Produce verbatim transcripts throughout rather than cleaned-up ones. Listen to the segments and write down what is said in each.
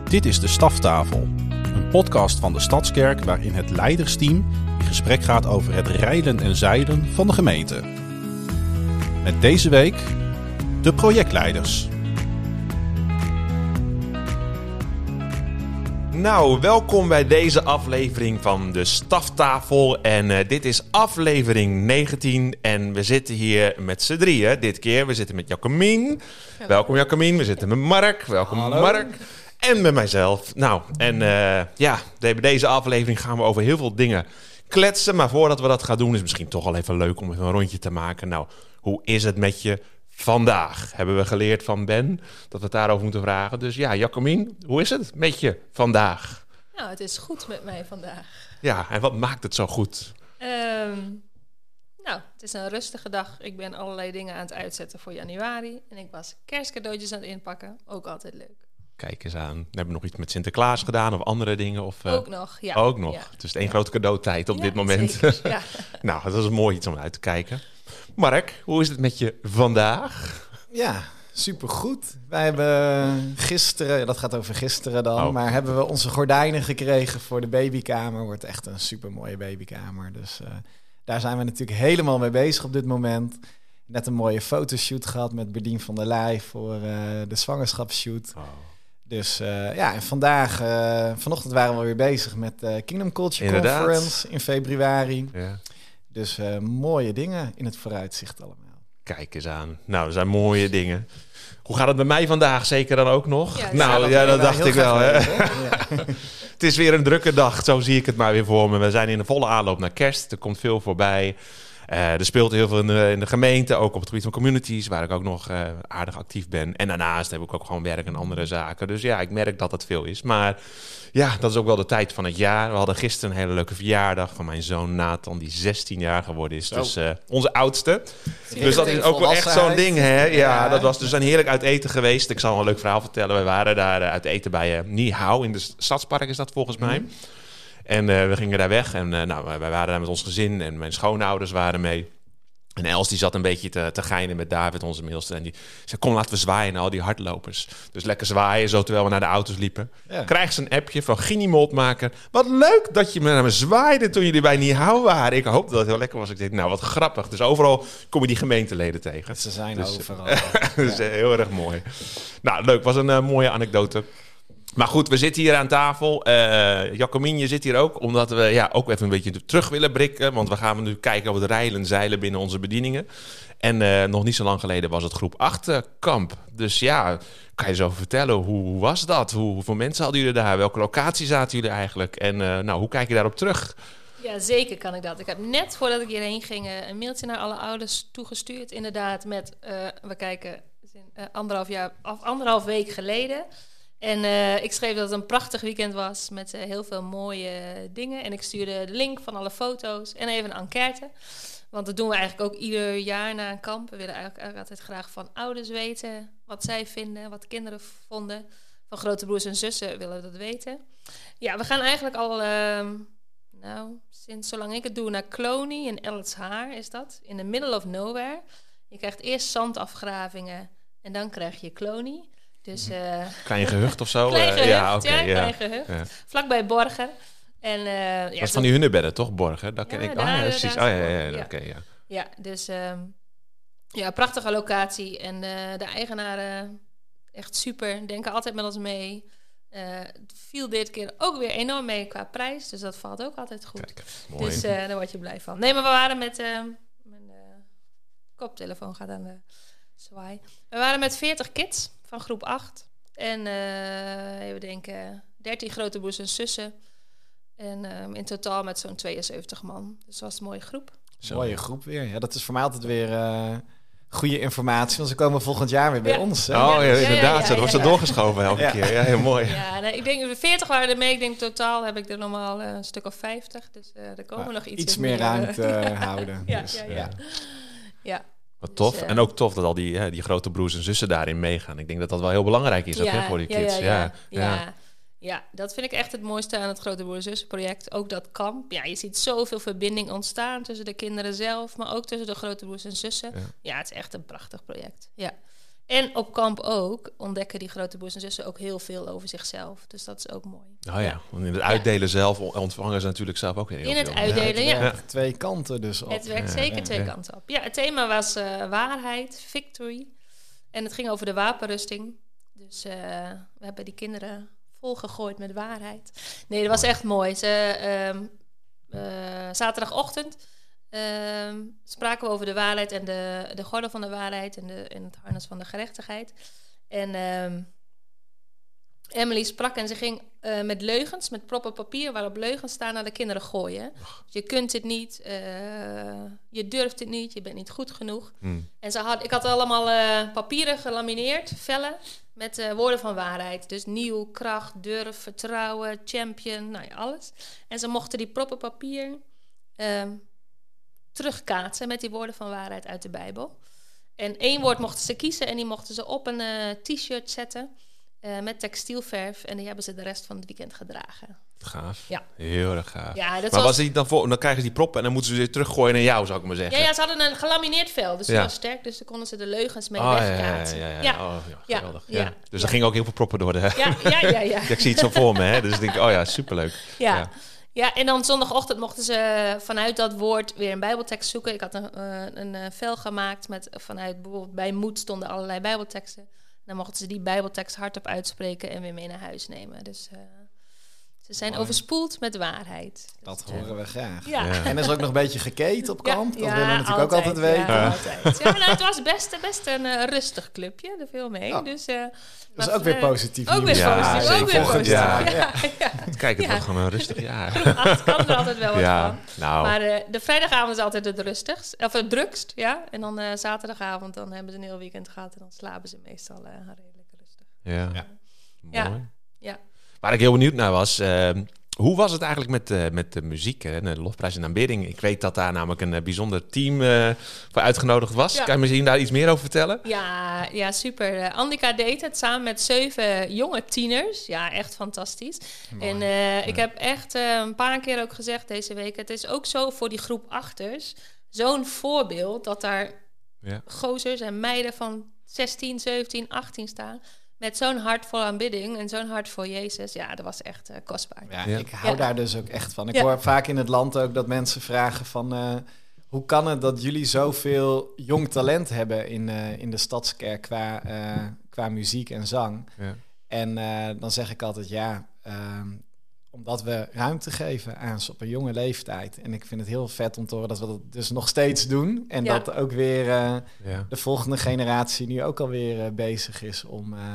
Dit is de Staftafel, een podcast van de Stadskerk waarin het leidersteam in gesprek gaat over het rijden en zeilen van de gemeente. Met deze week de projectleiders. Nou, welkom bij deze aflevering van de Staftafel. En uh, dit is aflevering negentien en we zitten hier met z'n drieën dit keer. We zitten met Jacquemien. Ja. Welkom Jacquemien. We zitten met Mark. Welkom Hallo. Mark. En met mijzelf. Nou, en uh, ja, bij deze aflevering gaan we over heel veel dingen kletsen. Maar voordat we dat gaan doen is het misschien toch wel even leuk om even een rondje te maken. Nou, hoe is het met je vandaag? Hebben we geleerd van Ben dat we het daarover moeten vragen. Dus ja, Jacquemien, hoe is het met je vandaag? Nou, het is goed met mij vandaag. Ja, en wat maakt het zo goed? Um, nou, het is een rustige dag. Ik ben allerlei dingen aan het uitzetten voor januari. En ik was kerstcadeautjes aan het inpakken. Ook altijd leuk. Kijk eens aan. We hebben nog iets met Sinterklaas gedaan of andere dingen? Of, uh, ook nog, ja. Ook nog. Ja. Het is één ja. grote cadeautijd op ja, dit moment. Ja. Nou, dat is mooi iets om uit te kijken. Mark, hoe is het met je vandaag? Ja, supergoed. Wij hebben gisteren, dat gaat over gisteren dan, oh. maar hebben we onze gordijnen gekregen voor de babykamer. Wordt echt een supermooie babykamer. Dus uh, daar zijn we natuurlijk helemaal mee bezig op dit moment. Net een mooie fotoshoot gehad met Berdien van der Leij voor uh, de zwangerschapsshoot. Oh. Dus uh, ja, en vandaag, uh, vanochtend waren we weer bezig met uh, Kingdom Culture Inderdaad. Conference in februari. Ja. Dus uh, mooie dingen in het vooruitzicht allemaal. Kijk eens aan. Nou, dat zijn mooie dingen. Hoe gaat het bij mij vandaag? Zeker dan ook nog? Ja, nou, dat, ja, dat dacht ik wel. Hè? Weten, ja. Het is weer een drukke dag. Zo zie ik het maar weer voor me. We zijn in de volle aanloop naar kerst. Er komt veel voorbij. Uh, er speelt heel veel in de, in de gemeente, ook op het gebied van communities, waar ik ook nog uh, aardig actief ben. En daarnaast heb ik ook gewoon werk en andere zaken. Dus ja, ik merk dat het veel is. Maar ja, dat is ook wel de tijd van het jaar. We hadden gisteren een hele leuke verjaardag van mijn zoon Nathan, die zestien jaar geworden is. Zo. Dus uh, onze oudste. Ja, dus dat is ook wel echt zo'n ding, hè? Ja, ja, dat was dus een heerlijk uit eten geweest. Ik zal wel een leuk verhaal vertellen. We waren daar uh, uit eten bij uh, Ni Hao in de Stadspark, is dat volgens mij. Mm. En uh, we gingen daar weg en uh, nou, wij waren daar met ons gezin en mijn schoonouders waren mee. En Els die zat een beetje te, te geinen met David, onze middelste. En die zei, kom laten we zwaaien naar al die hardlopers. Dus lekker zwaaien, zo terwijl we naar de auto's liepen. Ja. Krijg ze een appje van Ginny Moltmaker. Wat leuk dat je naar me zwaaide toen jullie bij Ni Hao waren. Ik hoop dat het heel lekker was. Ik dacht, nou wat grappig. Dus overal kom je die gemeenteleden tegen. Ze zijn dus, overal. Dus ja. Heel erg mooi. Nou, leuk. Was een uh, mooie anekdote. Maar goed, we zitten hier aan tafel. Uh, Jacquemien, je zit hier ook, omdat we ja, ook even een beetje terug willen blikken. Want we gaan nu kijken op het rijlen en zeilen binnen onze bedieningen. En uh, nog niet zo lang geleden was het groep acht uh, kamp. Dus ja, kan je zo vertellen, hoe, hoe was dat? Hoe, hoeveel mensen hadden jullie daar? Welke locatie zaten jullie eigenlijk? En uh, nou, hoe kijk je daarop terug? Ja, zeker kan ik dat. Ik heb net voordat ik hierheen ging uh, een mailtje naar alle ouders toegestuurd. Inderdaad, met, uh, we kijken, uh, anderhalf, jaar, af, anderhalf week geleden. En uh, ik schreef dat het een prachtig weekend was met uh, heel veel mooie dingen. En ik stuurde de link van alle foto's en even een enquête. Want dat doen we eigenlijk ook ieder jaar na een kamp. We willen eigenlijk, eigenlijk altijd graag van ouders weten wat zij vinden, wat kinderen vonden. Van grote broers en zussen willen we dat weten. Ja, we gaan eigenlijk al, uh, nou, sinds zolang ik het doe, naar Klonie in Eltshaar is dat. In the middle of nowhere. Je krijgt eerst zandafgravingen en dan krijg je Klonie. Dus, uh, klein gehucht of zo? Klein gehucht, ja, okay, ja, ja. klein gehucht. Ja. Vlakbij Borger. En, uh, dat ja, is van die hunebedden, toch? Borger? Dat ken ja, ik. Daar, oh, ja, daar, precies. daar oh, ja, ja, ja, ja. Okay, ja. ja, dus um, ja, prachtige locatie. En uh, de eigenaren, echt super, denken altijd met ons mee. Uh, het viel dit keer ook weer enorm mee qua prijs. Dus dat valt ook altijd goed. Kijk, mooi. Dus uh, daar word je blij van. Nee, maar we waren met... Uh, mijn uh, koptelefoon gaat aan de zwaai. We waren met veertig kids van groep acht. En uh, we denken dertien grote broers en zussen. En um, in totaal met zo'n tweeënzeventig man. Dus dat was een mooie groep. Zo. Mooie groep weer. Ja, dat is voor mij altijd weer uh, goede informatie. Want ze komen volgend jaar weer bij ja. ons. Hè? Oh ja, inderdaad. Ja, ja, ja, dat wordt ja, zo ja. doorgeschoven elke ja. keer. Ja, heel mooi. Ja, nee, ik denk veertig waren er mee. Ik denk totaal heb ik er normaal uh, een stuk of vijftig. Dus uh, er komen ja, nog iets, iets meer ruimte uh, houden. ja, dus, ja, ja. ja. ja. Wat tof. Dus, uh, en ook tof dat al die, hè, die grote broers en zussen daarin meegaan. Ik denk dat dat wel heel belangrijk is ja, ook, hè, voor die kids. Ja, ja, ja, ja. ja. ja. Ja, dat vind ik echt het mooiste aan het Grote Broer en Zussen project. Ook dat kamp. Ja, je ziet zoveel verbinding ontstaan tussen de kinderen zelf, maar ook tussen de grote broers en zussen. Ja, ja het is echt een prachtig project. Ja. En op kamp ook ontdekken die grote broers en zussen ook heel veel over zichzelf. Dus dat is ook mooi. Oh ja, want in het uitdelen ja. zelf ontvangen ze natuurlijk zelf ook heel veel. In het uitdelen, ja. Het werkt ja. twee kanten dus op. Het werkt ja, zeker ja, twee ja. kanten op. Ja, het thema was uh, waarheid, victory. En het ging over de wapenrusting. Dus uh, we hebben die kinderen volgegooid met waarheid. Nee, dat was echt mooi. Ze, um, uh, zaterdagochtend um, spraken we over de waarheid en de, de gordel van de waarheid en, de, en het harnas van de gerechtigheid. En um, Emily sprak en ze ging uh, met leugens, met proppen papier waarop leugens staan, naar de kinderen gooien. Dus je kunt het niet, uh, je durft het niet, je bent niet goed genoeg. Hmm. En ze had, ik had allemaal uh, papieren gelamineerd, vellen, met uh, woorden van waarheid. Dus nieuw, kracht, durf, vertrouwen, champion, nou ja, alles. En ze mochten die proppen papier uh, terugkaatsen met die woorden van waarheid uit de Bijbel. En één woord mochten ze kiezen en die mochten ze op een uh, t-shirt zetten. Uh, met textielverf. En die hebben ze de rest van het weekend gedragen. Gaaf. Ja. Heel erg gaaf. Ja, dat maar was... was die dan voor, dan krijgen ze die proppen en dan moeten ze weer teruggooien naar jou, zou ik maar zeggen. Ja, ja, ze hadden een gelamineerd vel. Dus ja. dat was sterk. Dus dan konden ze de leugens mee oh, wegkaatsen. Ja, ja, ja. ja. Oh, ja, geweldig. Ja. Ja. Dus ja. er gingen ook heel veel proppen door de... Ja, ja, ja. ja. ja, ik zie het zo voor me, hè. Dus ik denk, oh ja, superleuk. Ja. ja. Ja, en dan zondagochtend mochten ze vanuit dat woord weer een bijbeltekst zoeken. Ik had een, uh, een uh, vel gemaakt met vanuit bijvoorbeeld bij moed stonden allerlei bijbelteksten. Dan mochten ze die bijbeltekst hardop uitspreken en weer mee naar huis nemen. Dus uh, ze zijn Mooi. overspoeld met waarheid. Dat dus, horen uh, we graag. Ja. Ja. En er is ook nog een beetje geketen op kamp. Ja, dat ja, willen we natuurlijk altijd, ook altijd weten. Ja, altijd. Ja, nou, het was best, best een uh, rustig clubje. Er viel mee. Oh. Dus, uh, dat is ook weer positief Ook weer ja, positief. zeker. Ook weer positief. Ja. Ja. Ja. Kijk, het ja. was gewoon een rustig jaar. Groep acht kan er altijd wel wat ja, van. Nou. Maar uh, de vrijdagavond is altijd het rustigst. Of het drukst, ja. En dan uh, zaterdagavond, dan hebben ze een heel weekend gehad. En dan slapen ze meestal uh, redelijk rustig. Ja, ja. mooi. Ja. Ja. Waar ik heel benieuwd naar was... Uh, hoe was het eigenlijk met, uh, met de muziek, hè? De lofprijs en aanbidding? Ik weet dat daar namelijk een uh, bijzonder team uh, voor uitgenodigd was. Ja. Kan je misschien daar iets meer over vertellen? Ja, ja super. Uh, Andika deed het samen met zeven jonge tieners. Ja, echt fantastisch. Mooi. En uh, ja. ik heb echt uh, een paar keer ook gezegd deze week... het is ook zo voor die groep achters... zo'n voorbeeld dat daar ja. gozers en meiden van zestien, zeventien, achttien staan... met zo'n hart vol aanbidding en zo'n hart voor Jezus. Ja, dat was echt uh, kostbaar. Ja, ja. Ik hou ja. daar dus ook echt van. Ik ja. hoor vaak in het land ook dat mensen vragen van... Uh, hoe kan het dat jullie zoveel jong talent hebben in, uh, in de Stadskerk qua, uh, qua muziek en zang? Ja. En uh, dan zeg ik altijd ja... Uh, omdat we ruimte geven aan ze op een jonge leeftijd. En ik vind het heel vet om te horen dat we dat dus nog steeds doen. En ja. dat ook weer uh, ja. de volgende generatie nu ook alweer uh, bezig is om, uh,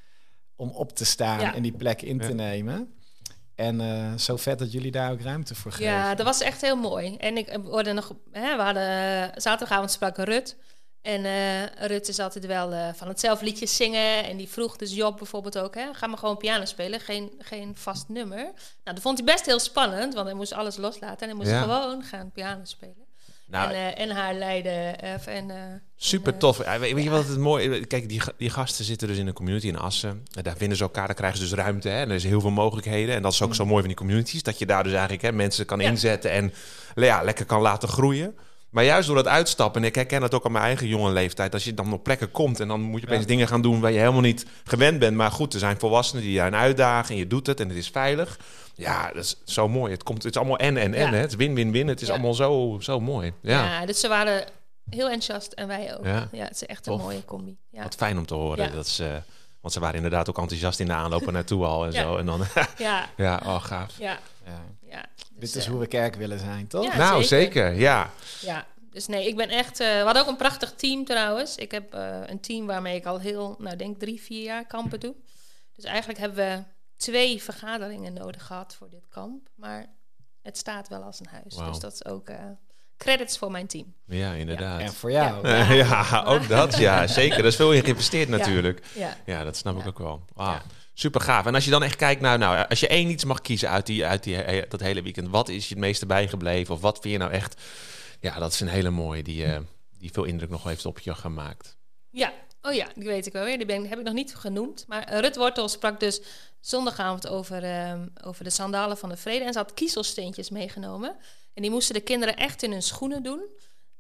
om op te staan ja. en die plek in ja. te nemen. En uh, zo vet dat jullie daar ook ruimte voor geven. Ja, dat was echt heel mooi. En ik hoorde nog, hè, we hadden uh, zaterdagavond sprak Rut. En uh, Rut is altijd wel uh, van het zelf liedjes zingen. En die vroeg dus Job bijvoorbeeld ook... Hè, ga maar gewoon piano spelen, geen, geen vast nummer. Nou, dat vond hij best heel spannend... want hij moest alles loslaten... en hij moest ja. gewoon gaan piano spelen. Nou, en, uh, en haar leiden. Uh, en, uh, super en, tof. Uh, weet je wat het mooie... Kijk, die, die gasten zitten dus in een community in Assen. Daar vinden ze elkaar, daar krijgen ze dus ruimte. Hè, en er is heel veel mogelijkheden. En dat is ook mm. zo mooi van die communities... dat je daar dus eigenlijk hè, mensen kan ja. inzetten... en ja, lekker kan laten groeien... Maar juist door dat uitstappen, en ik herken het ook aan mijn eigen jonge leeftijd... als je dan op plekken komt en dan moet je opeens ja. dingen gaan doen... waar je helemaal niet gewend bent. Maar goed, er zijn volwassenen die je uitdagen en je doet het en het is veilig. Ja, dat is zo mooi. Het, komt, het is allemaal en, en, en. Ja. Hè? Het is win-win-win. Het is ja. allemaal zo, zo mooi. Ja. ja, dus ze waren heel enthousiast en wij ook. Ja, ja het is echt een Tof. mooie combi. Ja. Wat fijn om te horen. Ja. Dat is, uh, want ze waren inderdaad ook enthousiast in de aanloop naartoe al en ja. zo. En dan, ja. ja, oh gaaf. Ja. Ja. Ja. Dus, Dit is uh, hoe we kerk willen zijn, toch? Ja, nou, zeker. zeker. Ja. Ja. Dus nee, ik ben echt... Uh, we hadden ook een prachtig team trouwens. Ik heb uh, een team waarmee ik al heel, nou denk drie, vier jaar kampen doe. Dus eigenlijk hebben we twee vergaderingen nodig gehad voor dit kamp. Maar het staat wel als een huis. Wow. Dus dat is ook uh, credits voor mijn team. Ja, inderdaad. Ja. En voor jou. Ja, ja. ja ook dat. Ja, zeker. Er is veel in geïnvesteerd natuurlijk. Ja, ja. ja dat snap ja. ik ook wel. Wow. Ja. Super gaaf. En als je dan echt kijkt naar... Nou, als je één iets mag kiezen uit, die, uit die, dat hele weekend... wat is je het meeste bijgebleven? Of wat vind je nou echt... Ja, dat is een hele mooie die, uh, die veel indruk nog heeft op je gemaakt. Ja, oh ja, die weet ik wel weer. Die ben, heb ik nog niet genoemd. Maar uh, Rut Wortel sprak dus zondagavond over, um, over de sandalen van de vrede. En ze had kiezelsteentjes meegenomen. En die moesten de kinderen echt in hun schoenen doen.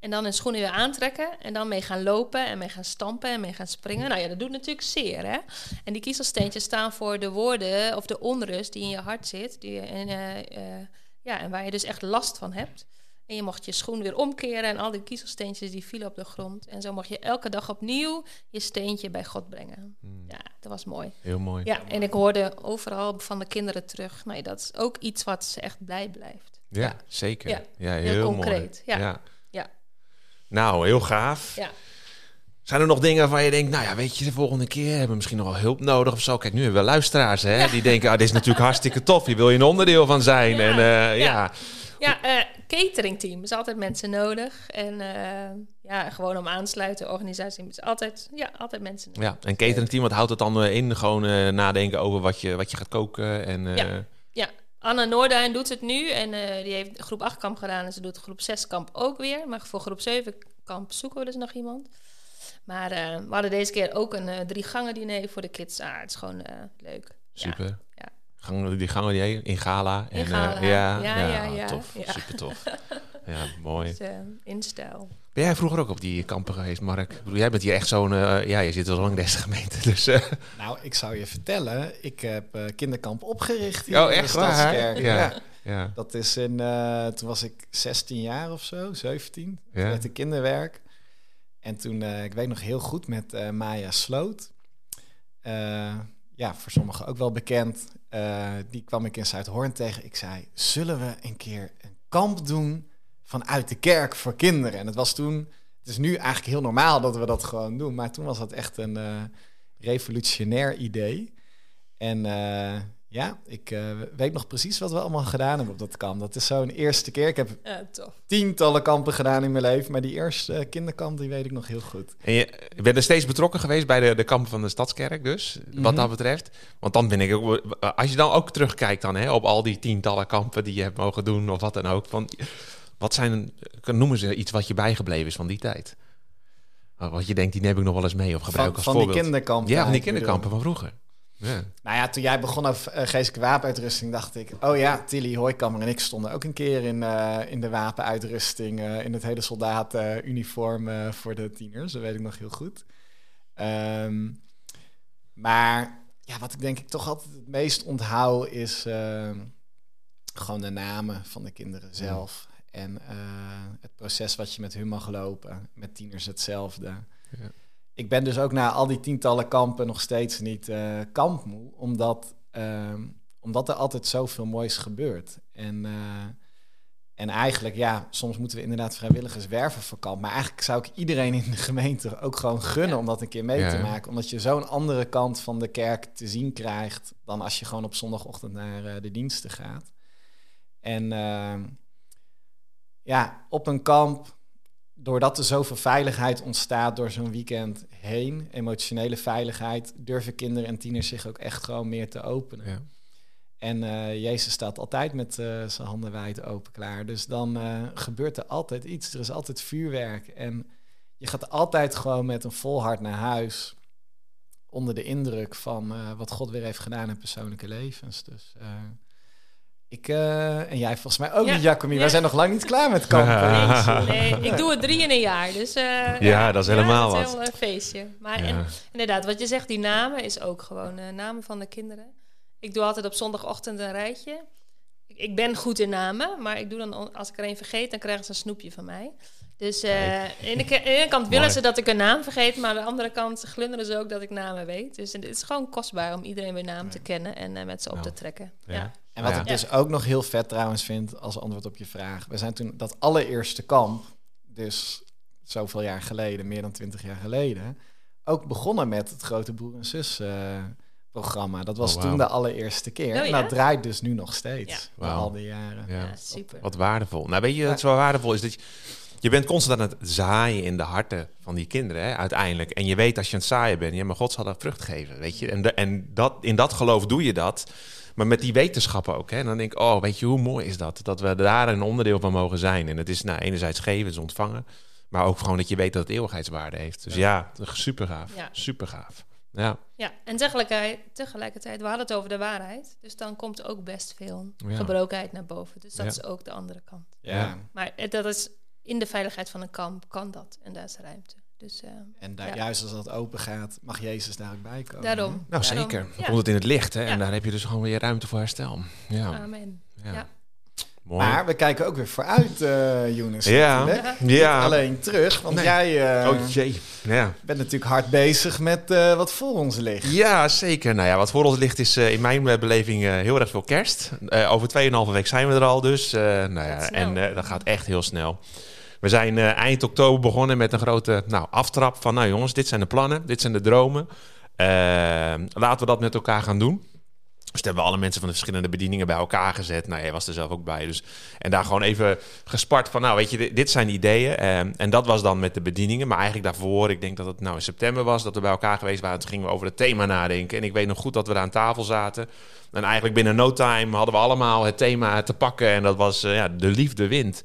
En dan hun schoenen weer aantrekken en dan mee gaan lopen en mee gaan stampen en mee gaan springen. Nou ja, dat doet natuurlijk zeer, hè. En die kiezelsteentjes staan voor de woorden of de onrust die in je hart zit. Die, en, uh, uh, ja, en waar je dus echt last van hebt. En je mocht je schoen weer omkeren en al die kiezelsteentjes die vielen op de grond. En zo mocht je elke dag opnieuw je steentje bij God brengen. Hmm. Ja, dat was mooi. Heel mooi. Ja, en ik hoorde overal van de kinderen terug. Nou, dat is ook iets wat ze echt blij blijft. Ja, ja. zeker. Ja, ja heel, heel mooi. concreet. Ja. Ja. ja. Nou, heel gaaf. Ja. Zijn er nog dingen waar je denkt, nou ja, weet je, de volgende keer hebben we misschien nog wel hulp nodig of zo? Kijk, nu hebben we luisteraars, hè, ja. die denken, ah, dit is natuurlijk hartstikke tof. Hier wil je een onderdeel van zijn. Ja. En uh, ja... ja. Ja, uh, cateringteam is altijd mensen nodig. En uh, ja, gewoon om aansluiten, organisatie is altijd, ja, altijd mensen nodig. Ja, en cateringteam, wat houdt het dan in? Gewoon uh, nadenken over wat je, wat je gaat koken. En, uh... ja. ja, Anne Noorduin doet het nu. En uh, die heeft groep acht kamp gedaan. En ze doet groep zes kamp ook weer. Maar voor groep zeven kamp zoeken we dus nog iemand. Maar uh, we hadden deze keer ook een uh, drie gangen diner voor de kids. Ah, het is gewoon uh, leuk. Super. Ja. Ja. Gang, die gangen die in Gala. In en, Gala, uh, ja, ja, ja, ja, ja. Tof, ja. super tof. Ja, mooi. Dus, uh, in stijl. Ben jij vroeger ook op die kampen geweest, Mark? Ik bedoel, jij bent hier echt zo'n... Uh, ja, je zit al lang in deze gemeente, dus... Uh. Nou, ik zou je vertellen, ik heb uh, kinderkamp opgericht hier oh, in de echt Stadskerk. Ja. Ja. Ja. Dat is in... Uh, toen was ik zestien jaar of zo, zeventien. Ja. Toen werd ik kinderwerk. En toen, uh, ik weet nog heel goed, met uh, Maya Sloot. Uh, ja, voor sommigen ook wel bekend. Uh, die kwam ik in Zuidhoorn tegen. Ik zei, zullen we een keer een kamp doen vanuit de kerk voor kinderen? En het was toen... Het is nu eigenlijk heel normaal dat we dat gewoon doen. Maar toen was dat echt een uh, revolutionair idee. En uh, ja, ik uh, weet nog precies wat we allemaal gedaan hebben op dat kamp. Dat is zo'n eerste keer. Ik heb ja, tof. tientallen kampen gedaan in mijn leven. Maar die eerste uh, kinderkamp, die weet ik nog heel goed. En je bent er steeds betrokken geweest bij de, de kampen van de Stadskerk dus, mm-hmm. wat dat betreft. Want dan ben ik ook... Als je dan ook terugkijkt dan, hè, op al die tientallen kampen die je hebt mogen doen of wat dan ook. Van, wat zijn... Noemen ze iets wat je bijgebleven is van die tijd? Wat je denkt, die neem ik nog wel eens mee of gebruik van, als van voorbeeld. Die kinderkampen. Ja, van die kinderkampen van vroeger. Ja. Nou ja, toen jij begon over uh, geestelijke wapenuitrusting, dacht ik... Oh ja, Tilly Hooikammer en ik stonden ook een keer in, uh, in de wapenuitrusting... Uh, in het hele soldatenuniform uh, voor de tieners. Dat weet ik nog heel goed. Um, maar ja, wat ik denk ik toch altijd het meest onthoud... is uh, gewoon de namen van de kinderen zelf. Ja. En uh, het proces wat je met hun mag lopen. Met tieners hetzelfde. Ja. Ik ben dus ook na al die tientallen kampen nog steeds niet uh, kampmoe. Omdat, uh, omdat er altijd zoveel moois gebeurt. En, uh, en eigenlijk, ja, soms moeten we inderdaad vrijwilligers werven voor kamp. Maar eigenlijk zou ik iedereen in de gemeente ook gewoon gunnen ja. om dat een keer mee ja. te maken. Omdat je zo'n andere kant van de kerk te zien krijgt... dan als je gewoon op zondagochtend naar uh, de diensten gaat. En uh, ja, op een kamp... Doordat er zoveel veiligheid ontstaat door zo'n weekend heen, emotionele veiligheid, durven kinderen en tieners zich ook echt gewoon meer te openen. Ja. En uh, Jezus staat altijd met uh, zijn handen wijd open klaar. Dus dan uh, gebeurt er altijd iets. Er is altijd vuurwerk. En je gaat altijd gewoon met een vol hart naar huis, onder de indruk van uh, wat God weer heeft gedaan in persoonlijke levens. Dus... Uh, Ik, uh, en jij volgens mij ook ja, niet, Jacomie. ja. Wij zijn nog lang niet klaar met kampen. Nee, nee, ik doe het drie in een jaar. Dus, uh, ja, ja, dat is helemaal ja, wat. Dat is wel een feestje. Maar ja. en, inderdaad, wat je zegt, die namen is ook gewoon uh, namen van de kinderen. Ik doe altijd op zondagochtend een rijtje. Ik, ik ben goed in namen, maar ik doe dan, als ik er een vergeet, dan krijgen ze een snoepje van mij. Dus uh, aan de ene kant willen ze dat ik een naam vergeet, maar aan de andere kant glunderen ze ook dat ik namen weet. Dus het is gewoon kostbaar om iedereen bij naam te kennen en uh, met ze op nou. te trekken. Ja. Ja. En wat ja. ik dus ook nog heel vet trouwens vind als antwoord op je vraag. We zijn toen dat allereerste kamp, dus zoveel jaar geleden, meer dan twintig jaar geleden, ook begonnen met het grote broer en zus uh, programma. Dat was oh, wow. toen de allereerste keer. Oh, ja? En dat draait dus nu nog steeds, ja. na wow. al die jaren. Ja. Ja, super. Wat waardevol. Nou, weet je, wat zo waardevol is dat je... Je bent constant aan het zaaien in de harten van die kinderen, hè, uiteindelijk. En je weet als je aan het zaaien bent, ja, maar God zal dat vrucht geven, weet je. En, de, en dat, in dat geloof doe je dat. Maar met die wetenschappen ook, hè. En dan denk ik, oh, weet je, hoe mooi is dat? Dat we daar een onderdeel van mogen zijn. En het is nou, enerzijds geven, dus ontvangen. Maar ook gewoon dat je weet dat het eeuwigheidswaarde heeft. Dus ja, ja super gaaf. Ja. Super gaaf. Ja. Ja, en tegelijkertijd, tegelijkertijd, we hadden het over de waarheid. Dus dan komt er ook best veel ja. gebrokenheid naar boven. Dus dat ja. is ook de andere kant. Ja. Maar dat is in de veiligheid van een kamp kan dat. En daar is ruimte. Dus, uh, en daar, ja. juist als dat open gaat, mag Jezus daar ook bij komen. Daarom. Nou, Daarom. zeker. Dan Ja. komt het in het licht, hè? Ja. En daar heb je dus gewoon weer ruimte voor herstel. Ja, Amen. ja. Ja. Mooi. Maar we kijken ook weer vooruit, uh, Younes. Ja. natuurlijk. Ja. Niet alleen terug, want Nee. jij uh, Oh jee, ja. bent natuurlijk hard bezig met uh, wat voor ons ligt. Ja, zeker. Nou ja, wat voor ons ligt is uh, in mijn uh, beleving uh, heel erg veel kerst. Uh, over tweeënhalve week zijn we er al dus. Uh, nou ja, Gaat snel. en uh, dat gaat echt heel snel. We zijn uh, eind oktober begonnen met een grote nou, aftrap van... nou jongens, dit zijn de plannen, dit zijn de dromen. Uh, laten we dat met elkaar gaan doen. Dus toen hebben we alle mensen van de verschillende bedieningen bij elkaar gezet. Nou, jij was er zelf ook bij. Dus. En daar gewoon even gespart van, nou weet je, dit, dit zijn de ideeën. En, en dat was dan met de bedieningen. Maar eigenlijk daarvoor, ik denk dat het nou in september was... dat we bij elkaar geweest waren. Toen gingen we over het thema nadenken. En ik weet nog goed dat we daar aan tafel zaten. En eigenlijk binnen no time hadden we allemaal het thema te pakken. En dat was uh, ja, de liefde wint.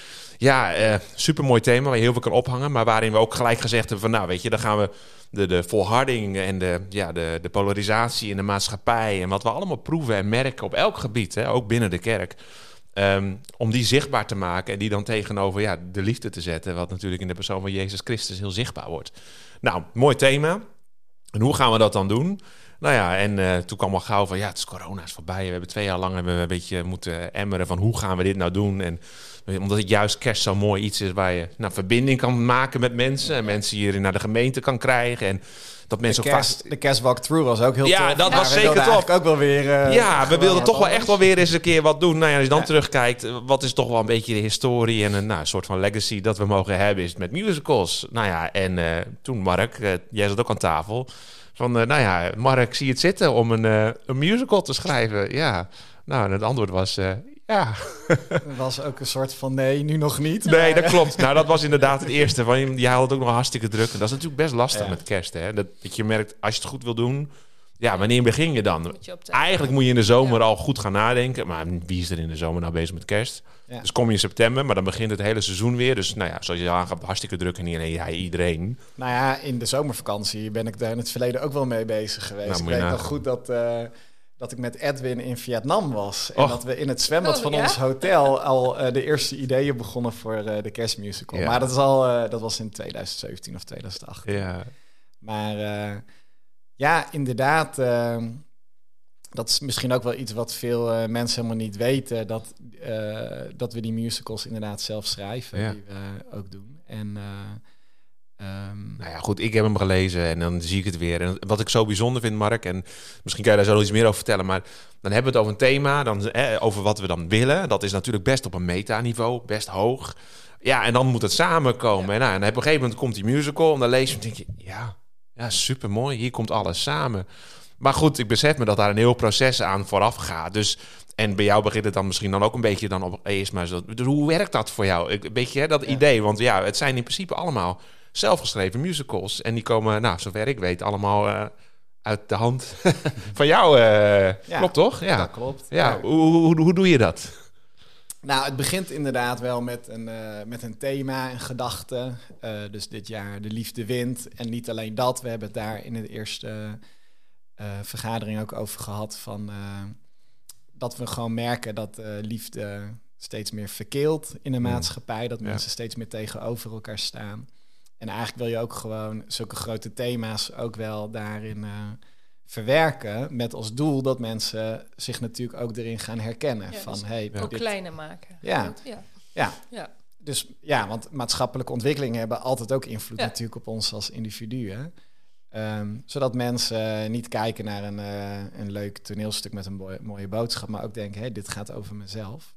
Ja, uh, supermooi thema waar je heel veel kan ophangen. Maar waarin we ook gelijk gezegd hebben van, nou weet je, dan gaan we... De, de volharding en de, ja, de, de polarisatie in de maatschappij... en wat we allemaal proeven en merken op elk gebied, hè, ook binnen de kerk... Um, om die zichtbaar te maken en die dan tegenover ja, de liefde te zetten... wat natuurlijk in de persoon van Jezus Christus heel zichtbaar wordt. Nou, mooi thema. En hoe gaan we dat dan doen? Nou ja, en uh, toen kwam al gauw van, ja, het is corona, is voorbij. We hebben twee jaar lang hebben we een beetje moeten emmeren van hoe gaan we dit nou doen... En, omdat het juist kerst zo mooi iets is waar je nou, verbinding kan maken met mensen. En mensen hier naar de gemeente kan krijgen. En dat mensen de ook kerst, vast... De kerstwalkthrough was ook heel ja, tof. dat Ja, was we zeker wilden tof. ook wel weer... Uh, ja, we wilden toch wel echt wel weer eens een keer wat doen. Nou ja, als je dan ja. terugkijkt, wat is toch wel een beetje de historie... en een nou, soort van legacy dat we mogen hebben, is met musicals. Nou ja, en uh, toen Mark, uh, jij zat ook aan tafel... van, uh, nou ja, Mark, zie je het zitten om een, uh, een musical te schrijven? Ja, nou, en het antwoord was... Uh, Ja. Er was ook een soort van nee, nu nog niet. Nee, dat klopt. Nou, dat was inderdaad het eerste. Want jij had het ook nog hartstikke druk. En dat is natuurlijk best lastig ja. met kerst. Hè? Dat, dat je merkt, als je het goed wil doen... Ja, wanneer begin je dan? Moet je op tijd. Eigenlijk moet je in de zomer Ja. al goed gaan nadenken. Maar wie is er in de zomer nou bezig met kerst? Ja. Dus kom je in september, maar dan begint het hele seizoen weer. Dus nou ja, zoals je aangaf, hartstikke druk. En niet alleen jij, iedereen. Nou ja, in de zomervakantie ben ik daar in het verleden ook wel mee bezig geweest. Nou, ik moet je weet nog nagaan. goed dat... Uh, dat ik met Edwin in Vietnam was. En Och. dat we in het zwembad Oh, van ja? ons hotel al uh, de eerste ideeën begonnen voor uh, de kerstmusical. Ja. Maar dat, is al, uh, dat was in twintig zeventien of twintig achttien. Ja. Maar uh, ja, inderdaad, uh, dat is misschien ook wel iets wat veel uh, mensen helemaal niet weten. Dat, uh, dat we die musicals inderdaad zelf schrijven, Ja. die we ook doen. En... Uh, Um, Nou ja, goed, ik heb hem gelezen en dan zie ik het weer. En wat ik zo bijzonder vind, Mark, en misschien kan je daar zo nog iets meer over vertellen, maar dan hebben we het over een thema, dan, eh, over wat we dan willen. Dat is natuurlijk best op een metaniveau, best hoog. Ja, en dan moet het samenkomen. Ja. En, nou, en op een gegeven moment komt die musical en dan lees je en denk je, ja, ja, supermooi, hier komt alles samen. Maar goed, ik besef me dat daar een heel proces aan vooraf gaat. Dus, en bij jou begint het dan misschien dan ook een beetje dan op eerst maar zo. Dus hoe werkt dat voor jou? Een beetje hè, dat ja. idee, want ja, het zijn in principe allemaal zelfgeschreven musicals. En die komen, nou, zover ik weet, allemaal uh, uit de hand van jou. Uh, ja, klopt toch? Ja, dat klopt. Ja, ja. Hoe, hoe, hoe doe je dat? Nou, het begint inderdaad wel met een, uh, met een thema, een gedachte. Uh, dus dit jaar de liefde wint. En niet alleen dat, we hebben het daar in de eerste uh, vergadering ook over gehad van uh, dat we gewoon merken dat uh, liefde steeds meer verkeelt in de maatschappij. Dat mensen ja. steeds meer tegenover elkaar staan. En eigenlijk wil je ook gewoon zulke grote thema's ook wel daarin uh, verwerken. Met als doel dat mensen zich natuurlijk ook erin gaan herkennen. Ja, van, dus hey, ook dit... kleiner maken. Ja. Ja. Ja. ja. Dus ja, want maatschappelijke ontwikkelingen hebben altijd ook invloed ja. natuurlijk op ons als individuen. Um, zodat mensen niet kijken naar een, uh, een leuk toneelstuk met een mooie, mooie boodschap, maar ook denken, hey, dit gaat over mezelf.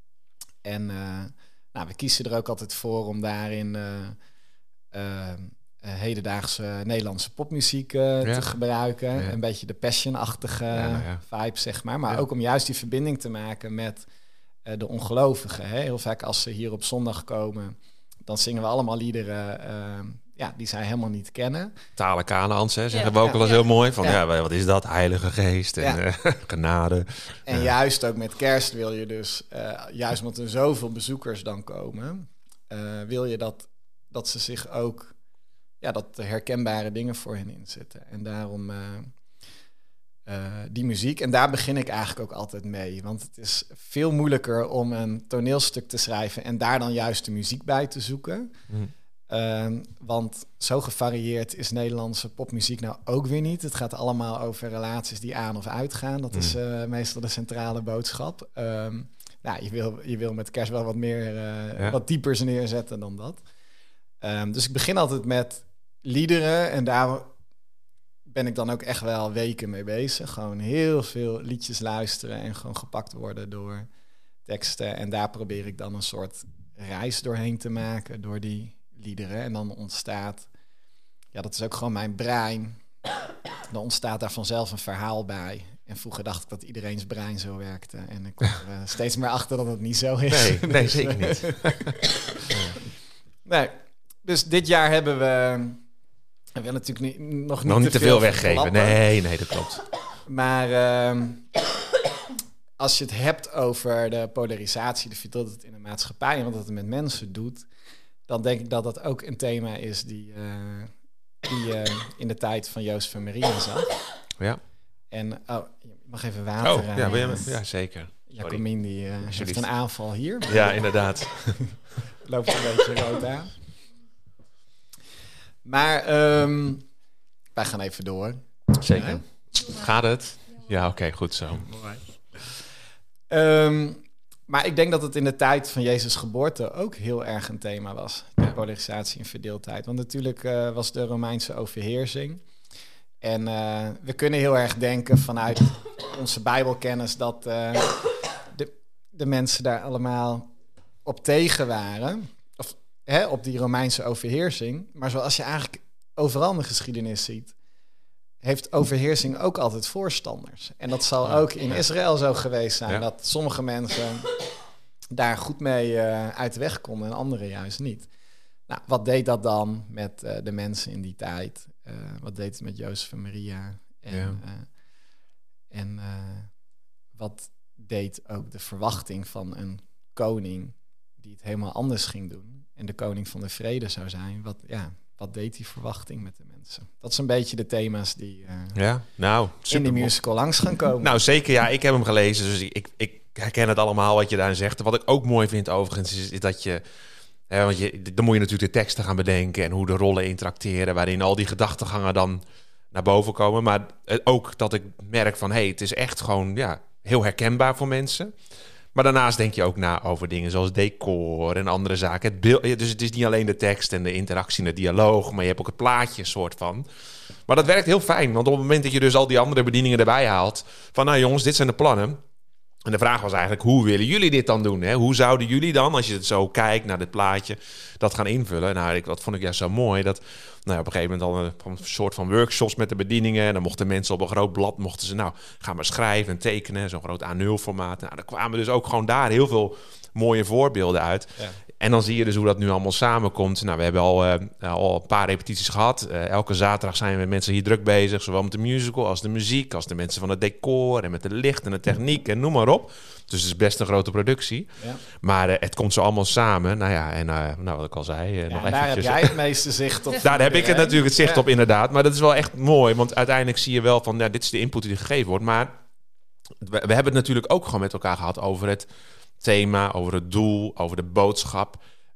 En uh, nou, we kiezen er ook altijd voor om daarin uh, uh, uh, hedendaagse Nederlandse popmuziek uh, ja. te gebruiken. Ja. Een beetje de passion-achtige ja, nou ja. vibe, zeg maar. Maar ja. ook om juist die verbinding te maken met uh, de ongelovigen. Hè? Heel vaak als ze hier op zondag komen, dan zingen we allemaal liederen uh, ja, die zij helemaal niet kennen. Talen Kanaans, hè, zeggen ja. we ook wel eens ja. heel mooi. Van ja. Ja, wat is dat? Heilige Geest en ja. uh, genade. En ja. juist ook met kerst wil je dus, uh, juist omdat er zoveel bezoekers dan komen, uh, wil je dat, dat ze zich ook, ja, dat er herkenbare dingen voor hen inzetten. En daarom uh, uh, die muziek. En daar begin ik eigenlijk ook altijd mee. Want het is veel moeilijker om een toneelstuk te schrijven en daar dan juist de muziek bij te zoeken. Mm. Uh, want zo gevarieerd is Nederlandse popmuziek nou ook weer niet. Het gaat allemaal over relaties die aan of uitgaan. Dat mm. is uh, meestal de centrale boodschap. Um, nou, je wil, je wil met kerst wel wat meer, uh, ja. wat diepers neerzetten dan dat. Um, dus ik begin altijd met liederen en daar ben ik dan ook echt wel weken mee bezig. Gewoon heel veel liedjes luisteren en gewoon gepakt worden door teksten. En daar probeer ik dan een soort reis doorheen te maken door die liederen. En dan ontstaat, ja, dat is ook gewoon mijn brein. Dan ontstaat daar vanzelf een verhaal bij. En vroeger dacht ik dat iedereen's brein zo werkte. En ik kom er uh, steeds meer achter dat het niet zo is. Nee, nee zeker niet. Nee, dus dit jaar hebben we... We willen natuurlijk niet, nog niet nog niet te veel, veel weggeven. Verklappen. Nee, nee, dat klopt. Maar uh, als je het hebt over de polarisatie, de verdriet dat het in de maatschappij en wat het met mensen doet, dan denk ik dat dat ook een thema is die, uh, die uh, in de tijd van Jozef en Maria zat. Ja. En, oh, je mag even water oh, aan. Ja, je, ja, zeker. Jacomien die uh, heeft een aanval hier. Ja, inderdaad. Loopt een beetje rood aan. Maar um, wij gaan even door. Zeker. Ja. Gaat het? Ja, oké, okay, goed zo. Um, maar ik denk dat het in de tijd van Jezus' geboorte ook heel erg een thema was. De ja. polarisatie en verdeeldheid. Want natuurlijk uh, was de Romeinse overheersing. En uh, we kunnen heel erg denken vanuit onze Bijbelkennis dat uh, de, de mensen daar allemaal op tegen waren. Of hè, op die Romeinse overheersing. Maar zoals je eigenlijk overal in de geschiedenis ziet, heeft overheersing ook altijd voorstanders. En dat zal ook in Israël zo geweest zijn. Ja. Dat sommige mensen daar goed mee uh, uit de weg konden en anderen juist niet. Nou, wat deed dat dan met uh, de mensen in die tijd? Uh, wat deed het met Jozef en Maria? En, ja. uh, en uh, wat deed ook de verwachting van een koning die het helemaal anders ging doen en de koning van de vrede zou zijn? Wat, ja, wat deed die verwachting met de mensen? Dat zijn een beetje de thema's die uh, ja, nou, in die musical langs gaan komen. Nou, zeker. Ja, ik heb hem gelezen, dus ik, ik, ik herken het allemaal wat je daar zegt. Wat ik ook mooi vind overigens is, is dat je... Ja, want je, dan moet je natuurlijk de teksten gaan bedenken en hoe de rollen interacteren, waarin al die gedachtegangen dan naar boven komen. Maar ook dat ik merk van, hé, hey, het is echt gewoon ja, heel herkenbaar voor mensen. Maar daarnaast denk je ook na over dingen zoals decor en andere zaken. Het beeld, dus het is niet alleen de tekst en de interactie en de dialoog, maar je hebt ook het plaatje soort van. Maar dat werkt heel fijn, want op het moment dat je dus al die andere bedieningen erbij haalt, van nou jongens, dit zijn de plannen. En de vraag was eigenlijk, hoe willen jullie dit dan doen? Hè? Hoe zouden jullie dan, als je het zo kijkt naar dit plaatje, dat gaan invullen? Nou, ik, dat vond ik juist zo mooi. Dat nou, op een gegeven moment al een, een soort van workshops met de bedieningen. En dan mochten mensen op een groot blad, mochten ze nou, gaan maar schrijven en tekenen. Zo'n groot A nul formaat. Nou, er kwamen dus ook gewoon daar heel veel mooie voorbeelden uit. Ja. En dan zie je dus hoe dat nu allemaal samenkomt. Nou, we hebben al, uh, al een paar repetities gehad. Uh, elke zaterdag zijn we mensen hier druk bezig. Zowel met de musical als de muziek, als de mensen van het decor en met de licht en de techniek en noem maar op. Dus het is best een grote productie. Ja. Maar uh, het komt zo allemaal samen. Nou ja, en uh, nou, wat ik al zei. Uh, ja, nog daar heb jij het meeste zicht op. Daar heb ik het natuurlijk het zicht ja. op, inderdaad. Maar dat is wel echt mooi. Want uiteindelijk zie je wel van, ja, dit is de input die gegeven wordt. Maar we, we hebben het natuurlijk ook gewoon met elkaar gehad over het thema, over het doel, over de boodschap.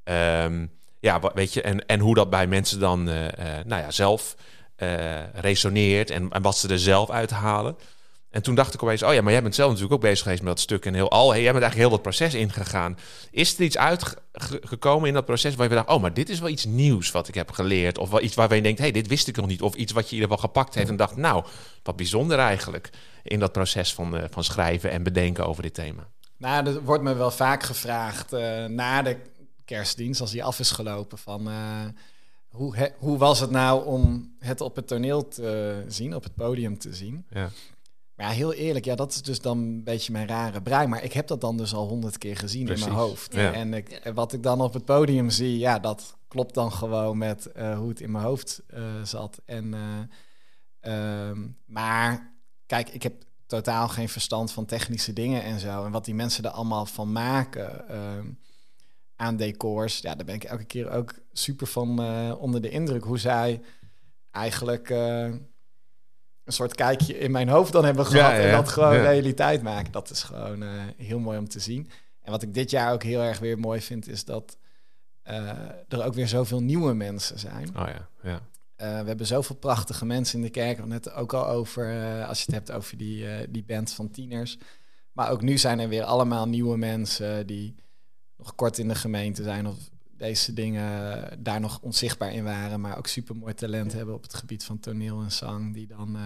Um, ja, weet je, en, en hoe dat bij mensen dan uh, uh, nou ja, zelf uh, resoneert en, en wat ze er zelf uithalen. En toen dacht ik opeens, oh ja, maar jij bent zelf natuurlijk ook bezig geweest met dat stuk en heel al. Hey, jij bent eigenlijk heel dat proces ingegaan. Is er iets uitgekomen in dat proces waar je dacht, oh, maar dit is wel iets nieuws wat ik heb geleerd, of wel iets waarvan je denkt, hey, dit wist ik nog niet, of iets wat je in ieder geval gepakt heeft en dacht, nou, wat bijzonder eigenlijk in dat proces van, uh, van schrijven en bedenken over dit thema. Nou, er wordt me wel vaak gevraagd uh, na de kerstdienst, als die af is gelopen, van uh, hoe, he, hoe was het nou om het op het toneel te zien, op het podium te zien? Ja. Maar ja, heel eerlijk, ja, dat is dus dan een beetje mijn rare brein. Maar ik heb dat dan dus al honderd keer gezien Precies. in mijn hoofd. Ja. En ik, wat ik dan op het podium zie, ja, dat klopt dan gewoon met uh, hoe het in mijn hoofd uh, zat. En, uh, um, maar kijk, ik heb totaal geen verstand van technische dingen en zo. En wat die mensen er allemaal van maken uh, aan decors, ja, daar ben ik elke keer ook super van uh, onder de indruk. Hoe zij eigenlijk uh, een soort kijkje in mijn hoofd dan hebben gehad... Ja, ja, ja. en dat gewoon ja. realiteit maken. Dat is gewoon uh, heel mooi om te zien. En wat ik dit jaar ook heel erg weer mooi vind... is dat uh, er ook weer zoveel nieuwe mensen zijn. Oh ja, ja. Uh, we hebben zoveel prachtige mensen in de kerk. We hadden het ook al over, uh, als je het hebt over die, uh, die band van tieners. Maar ook nu zijn er weer allemaal nieuwe mensen... die nog kort in de gemeente zijn... of deze dingen daar nog onzichtbaar in waren... maar ook supermooi talent hebben op het gebied van toneel en zang... die dan, uh,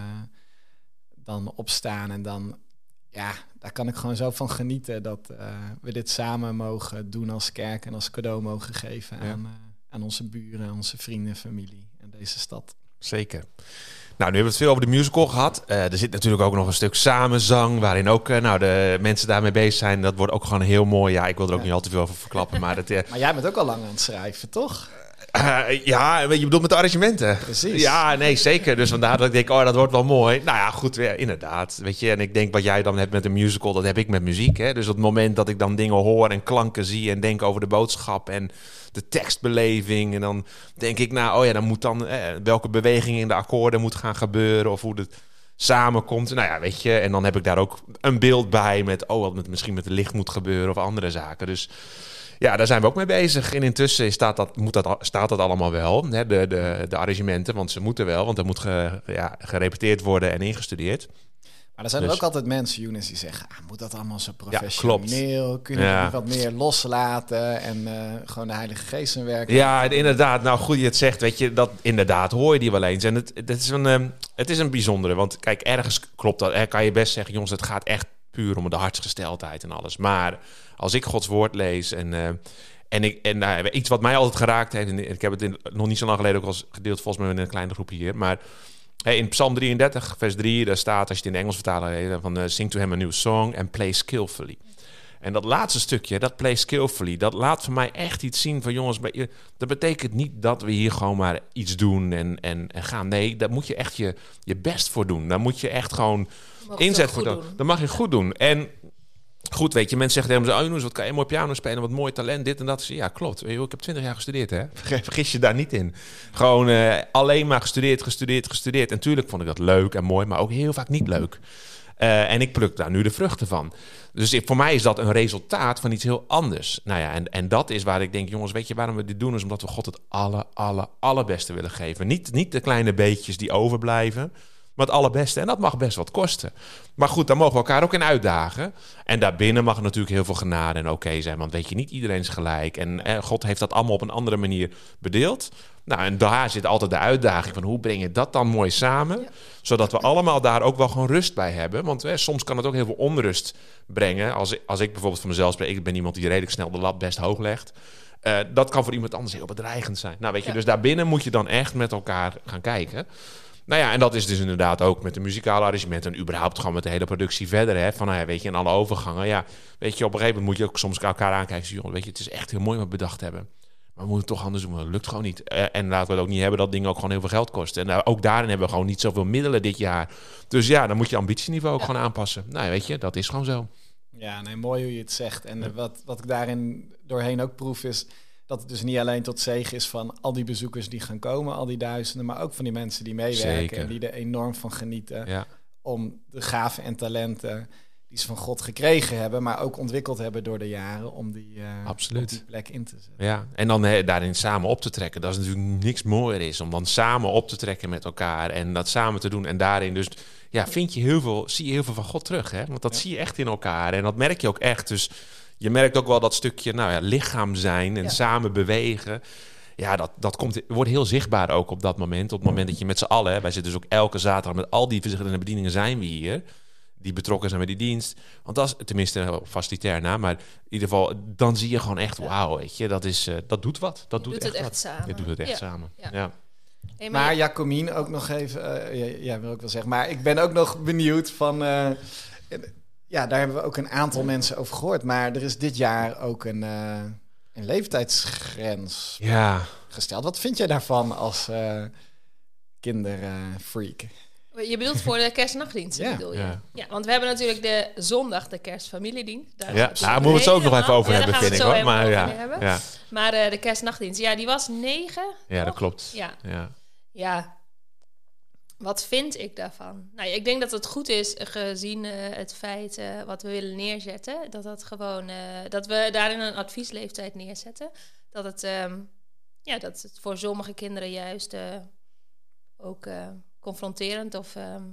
dan opstaan en dan... Ja, daar kan ik gewoon zo van genieten... dat uh, we dit samen mogen doen als kerk... en als cadeau mogen geven ja. aan, uh, aan onze buren, onze vrienden, familie en deze stad. Zeker. Nou, nu hebben we het veel over de musical gehad. Uh, er zit natuurlijk ook nog een stuk samenzang... waarin ook uh, nou, de mensen daarmee bezig zijn. Dat wordt ook gewoon heel mooi. Ja, ik wil er ook ja. niet al te veel over verklappen. Maar, dat, uh, maar jij bent ook al lang aan het schrijven, toch? Uh, ja, je bedoelt met de arrangementen. Precies. Ja, nee, zeker. Dus vandaar dat ik denk, oh, dat wordt wel mooi. Nou ja, goed, ja, inderdaad. Weet je, en ik denk wat jij dan hebt met een musical, dat heb ik met muziek. Hè? Dus op het moment dat ik dan dingen hoor en klanken zie en denk over de boodschap en de tekstbeleving, en dan denk ik, nou, oh ja, dan moet dan eh, welke beweging in de akkoorden moet gaan gebeuren of hoe het samenkomt. Nou ja, weet je, en dan heb ik daar ook een beeld bij met, oh, wat met, misschien met het licht moet gebeuren of andere zaken. Dus ja, daar zijn we ook mee bezig. En intussen staat dat, moet dat, staat dat allemaal wel, hè, de, de, de arrangementen. Want ze moeten wel, want er moet ge, ja, gerepeteerd worden en ingestudeerd. Maar er zijn dus er ook altijd mensen, Younes, die zeggen... Ah, moet dat allemaal zo professioneel? Ja, Kunnen we ja. wat meer loslaten en uh, gewoon de Heilige Geest in werken? Ja, inderdaad. Nou, goed je het zegt, weet je, dat inderdaad hoor je die wel eens. En het, het, is, een, um, het is een bijzondere, want kijk, ergens klopt dat. Er kan je best zeggen, jongens, het gaat echt puur om de hartsgesteldheid en alles. Maar als ik Gods woord lees en... Uh, En, ik, en nou, iets wat mij altijd geraakt heeft... en ik heb het in, nog niet zo lang geleden ook al gedeeld... volgens mij in een kleine groep hier... maar hey, in Psalm drieëndertig, vers drie... daar staat, als je het in het Engels vertalen... van uh, sing to him a new song and play skillfully. En dat laatste stukje, dat play skillfully... dat laat voor mij echt iets zien van... jongens, dat betekent niet dat we hier gewoon maar iets doen en, en, en gaan. Nee, daar moet je echt je, je best voor doen. Daar moet je echt gewoon inzet voor doen. Dat mag je goed doen. En... goed, weet je, mensen zeggen tegen me, oh jongens, wat kan je mooi piano spelen, wat mooi talent, dit en dat. Ja, klopt. Weet je, ik heb twintig jaar gestudeerd, hè. Vergis je daar niet in. Gewoon uh, alleen maar gestudeerd, gestudeerd, gestudeerd. En natuurlijk vond ik dat leuk en mooi, maar ook heel vaak niet leuk. Uh, en ik pluk daar nu de vruchten van. Dus ik, voor mij is dat een resultaat van iets heel anders. Nou ja, en, en dat is waar ik denk, jongens, weet je waarom we dit doen? Is omdat we God het aller, aller, allerbeste willen geven. Niet, niet de kleine beetjes die overblijven, maar het allerbeste. En dat mag best wat kosten. Maar goed, daar mogen we elkaar ook in uitdagen. En daarbinnen mag er natuurlijk heel veel genade en oké okay zijn. Want weet je, niet iedereen is gelijk. En eh, God heeft dat allemaal op een andere manier bedeeld. Nou, en daar zit altijd de uitdaging van hoe breng je dat dan mooi samen? Ja. Zodat we allemaal daar ook wel gewoon rust bij hebben. Want eh, soms kan het ook heel veel onrust brengen. Als, als ik bijvoorbeeld voor mezelf spreek, ik ben iemand die redelijk snel de lat best hoog legt. Uh, dat kan voor iemand anders heel bedreigend zijn. Nou, weet je, ja. Dus daarbinnen moet je dan echt met elkaar gaan kijken. Nou ja, en dat is dus inderdaad ook met de muzikale arrangementen en überhaupt gewoon met de hele productie verder. Hè? Van, nou ja, weet je, in alle overgangen. Ja, weet je, op een gegeven moment moet je ook soms elkaar aankijken. Joh, weet je, het is echt heel mooi wat we bedacht hebben. Maar we moeten het toch anders doen, dat lukt gewoon niet. Uh, en laten we het ook niet hebben dat dingen ook gewoon heel veel geld kosten. En uh, ook daarin hebben we gewoon niet zoveel middelen dit jaar. Dus ja, dan moet je ambitieniveau ook ja. gewoon aanpassen. Nou ja, weet je, dat is gewoon zo. Ja, nee, mooi hoe je het zegt. En ja. wat, wat ik daarin doorheen ook proef is dat het dus niet alleen tot zegen is van al die bezoekers die gaan komen, al die duizenden, maar ook van die mensen die meewerken. Zeker. En die er enorm van genieten ja. om de gaven en talenten die ze van God gekregen hebben, maar ook ontwikkeld hebben door de jaren om die, uh, Absoluut. op die plek in te zetten. Ja, en dan he, daarin samen op te trekken. Dat is natuurlijk niks mooier is, om dan samen op te trekken met elkaar en dat samen te doen. En daarin dus, ja, vind je heel veel, zie je heel veel van God terug, hè? Want dat ja. zie je echt in elkaar en dat merk je ook echt. Dus je merkt ook wel dat stukje, nou ja, lichaam zijn en ja. samen bewegen. Ja, dat, dat komt, wordt heel zichtbaar ook op dat moment. Op het moment dat je met z'n allen, hè, wij zitten dus ook elke zaterdag met al die verschillende bedieningen zijn we hier, die betrokken zijn bij die dienst. Want dat is tenminste facilitair na, maar in ieder geval, dan zie je gewoon echt, wauw, weet je, dat is, uh, dat doet wat. Dat doet, doet echt het echt wat. samen. Je doet het echt ja. samen. Ja. Ja. Hey, maar maar Jacomien, ook nog even, uh, jij, jij wil ook wel zeggen, maar ik ben ook nog benieuwd van, uh, ja, daar hebben we ook een aantal mensen over gehoord, maar er is dit jaar ook een, uh, een leeftijdsgrens ja. gesteld. Wat vind jij daarvan als uh, kinderfreak? Je bedoelt voor de kerstnachtdienst, ja. bedoel je? Ja. Ja, want we hebben natuurlijk de zondag de kerstfamiliedienst. Daar ja, daar moeten we het zo ook nog even over ja, hebben, vind ik hoor. Maar, ja. Ja. maar uh, de kerstnachtdienst, ja, die was negen. Ja, toch? dat klopt. Ja. Ja. ja. wat vind ik daarvan? Nou, ik denk dat het goed is, gezien uh, het feit uh, wat we willen neerzetten, dat dat gewoon uh, dat we daarin een adviesleeftijd neerzetten. Dat het, um, ja, dat het voor sommige kinderen juist uh, ook uh, confronterend of. Um, nou,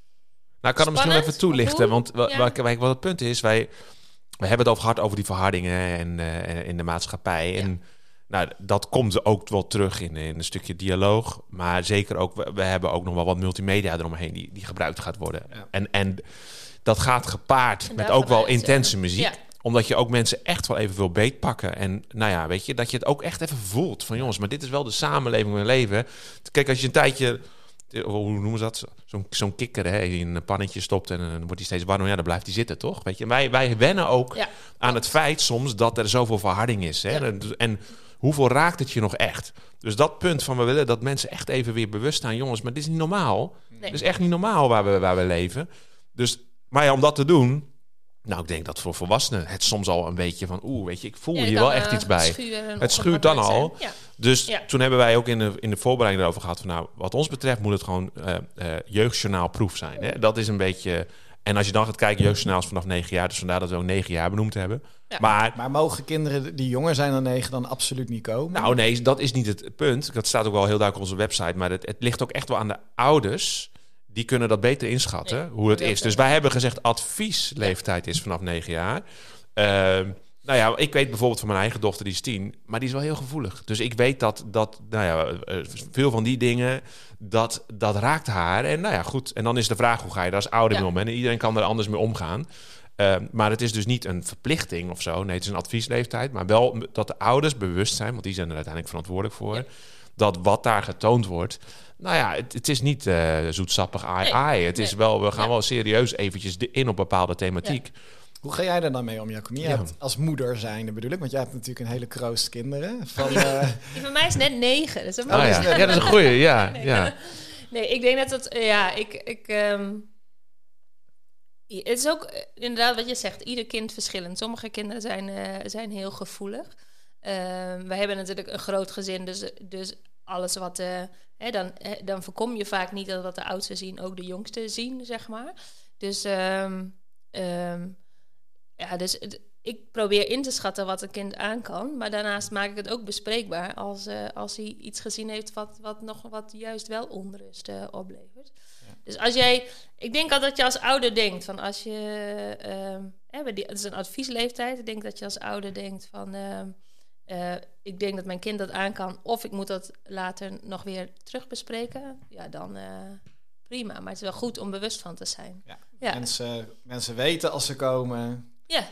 ik kan hem misschien even toelichten, want wa- ja. wa- wat het punt is, wij, we hebben het over gehad over die verhardingen en uh, in de maatschappij. Ja. En nou, dat komt ook wel terug in, in een stukje dialoog. Maar zeker ook, we, we hebben ook nog wel wat multimedia eromheen die, die gebruikt gaat worden. Ja. En, en dat gaat gepaard met ook wel intense muziek. Ja. Omdat je ook mensen echt wel even wil beetpakken. En nou ja, weet je, dat je het ook echt even voelt. Van jongens, maar dit is wel de samenleving van leven. Kijk, als je een tijdje, hoe noemen ze dat? Zo'n, zo'n kikker, hè, die in een pannetje stopt en dan wordt hij steeds warm. Ja, dan blijft hij zitten, toch? Weet je, wij, wij wennen ook ja. aan het feit soms dat er zoveel verharding is. Hè? Ja. En, en hoeveel raakt het je nog echt? Dus dat punt van we willen dat mensen echt even weer bewust staan. Jongens, maar dit is niet normaal. Nee. Het is echt niet normaal waar we, waar we leven. Dus, maar ja, om dat te doen. Nou, ik denk dat voor volwassenen het soms al een beetje van oeh, weet je, ik voel ja, hier wel echt iets bij. Het schuurt dan al. Ja. Dus ja. toen hebben wij ook in de, in de voorbereiding erover gehad van nou, wat ons betreft moet het gewoon uh, uh, jeugdjournaalproef zijn. Hè? Dat is een beetje. En als je dan gaat kijken, jeugdjournaals vanaf negen jaar, dus vandaar dat we ook negen jaar benoemd hebben. Ja. Maar, maar mogen kinderen die jonger zijn dan negen dan absoluut niet komen? Nou nee, dat is niet het punt. Dat staat ook wel heel duidelijk op onze website. Maar het, het ligt ook echt wel aan de ouders. Die kunnen dat beter inschatten, nee, hoe het is. Dus wij hebben gezegd, adviesleeftijd is vanaf negen jaar. Uh, nou ja, ik weet bijvoorbeeld van mijn eigen dochter, die is tien. Maar die is wel heel gevoelig. Dus ik weet dat, dat nou ja, veel van die dingen, dat, dat raakt haar. En nou ja, goed. En dan is de vraag, hoe ga je daar als ouder ja. mee om? En iedereen kan er anders mee omgaan. Uh, maar het is dus niet een verplichting of zo. Nee, het is een adviesleeftijd. Maar wel dat de ouders bewust zijn, want die zijn er uiteindelijk verantwoordelijk voor. Ja. Dat wat daar getoond wordt. Nou ja, het, het is niet uh, zoetsappig ai nee, ai. Het nee. is wel, we gaan ja. wel serieus eventjes in op bepaalde thematiek. Ja. Hoe ga jij er dan mee om, Jacomien? Ja. Als moeder zijnde bedoel ik, want jij hebt natuurlijk een hele kroost kinderen. Van, uh... Die van mij is net negen. Dus dat oh, ja. ja, dat is een goeie, ja. nee, ja. nee, ik denk dat het, ja, ik... ik um... Het is ook inderdaad wat je zegt, ieder kind verschillend. Sommige kinderen zijn, uh, zijn heel gevoelig. Uh, wij hebben natuurlijk een groot gezin, dus, dus alles wat... Uh, hè, dan, hè, dan voorkom je vaak niet dat wat de oudsten zien ook de jongsten zien, zeg maar. Dus, um, um, ja, dus het, ik probeer in te schatten wat een kind aan kan. Maar daarnaast maak ik het ook bespreekbaar als, uh, als hij iets gezien heeft wat, wat nog wat juist wel onrust uh, oplevert. Dus als jij, ik denk al dat je als ouder denkt van als je, um, hè, die, het is een adviesleeftijd. Ik denk dat je als ouder denkt van, um, uh, ik denk dat mijn kind dat aan kan, of ik moet dat later nog weer terug bespreken. Ja, dan uh, prima. Maar het is wel goed om bewust van te zijn. Ja. Ja. Mensen, mensen weten als ze komen. Ja.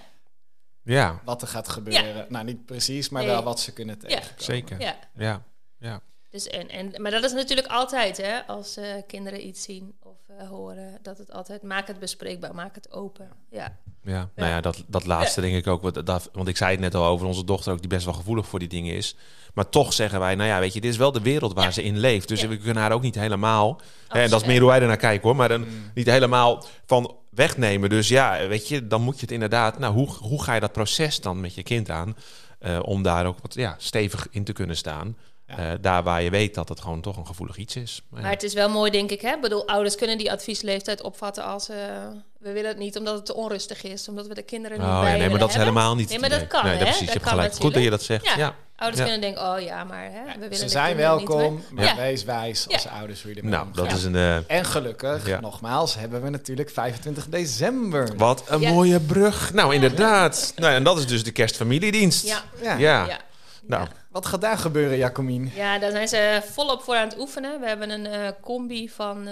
Ja. Wat er gaat gebeuren. Ja. Nou, niet precies, maar nee. wel wat ze kunnen tegenkomen. Ja. Zeker. Ja. Ja. Ja. Dus en, en, maar dat is natuurlijk altijd, hè, als uh, kinderen iets zien of uh, horen, dat het altijd, maak het bespreekbaar, maak het open. Ja, ja, ja. Nou ja, dat, dat laatste ja. denk ik ook, dat, want ik zei het net al over onze dochter ook, die best wel gevoelig voor die dingen is. Maar toch zeggen wij, nou ja, weet je, dit is wel de wereld waar ja. ze in leeft. Dus ja. we kunnen haar ook niet helemaal, hè, en dat is meer hoe wij ernaar kijken hoor, maar dan mm. niet helemaal van wegnemen. Dus ja, weet je, dan moet je het inderdaad, nou, hoe, hoe ga je dat proces dan met je kind aan, uh, om daar ook wat ja, stevig in te kunnen staan. Ja. Uh, daar waar je weet dat het gewoon toch een gevoelig iets is. Maar, ja. maar het is wel mooi, denk ik. Hè? Ik bedoel, ouders kunnen die adviesleeftijd opvatten als... Uh, we willen het niet omdat het te onrustig is. Omdat we de kinderen niet oh, bij ja, Nee, maar dat is hebben. helemaal niet... Nee, maar dat kan, nee, hè? Dat precies, dat je hebt kan gelijk. Goed dat je dat zegt, ja. ja. Ouders ja. kunnen denken, oh ja, maar... Hè, we willen ze zijn welkom, niet, maar ja. wees wijs als ja. ouders hoe je ermee nou, omgaat. dat is een, uh... En gelukkig, ja. nogmaals, hebben we natuurlijk vijfentwintig december. Wat een ja. mooie brug. Nou, inderdaad. nou, en dat is dus de kerstfamiliedienst. Ja. Ja. ja. ja. Nou... Ja. Wat gaat daar gebeuren, Jacomien? Ja, daar zijn ze volop voor aan het oefenen. We hebben een uh, combi van uh,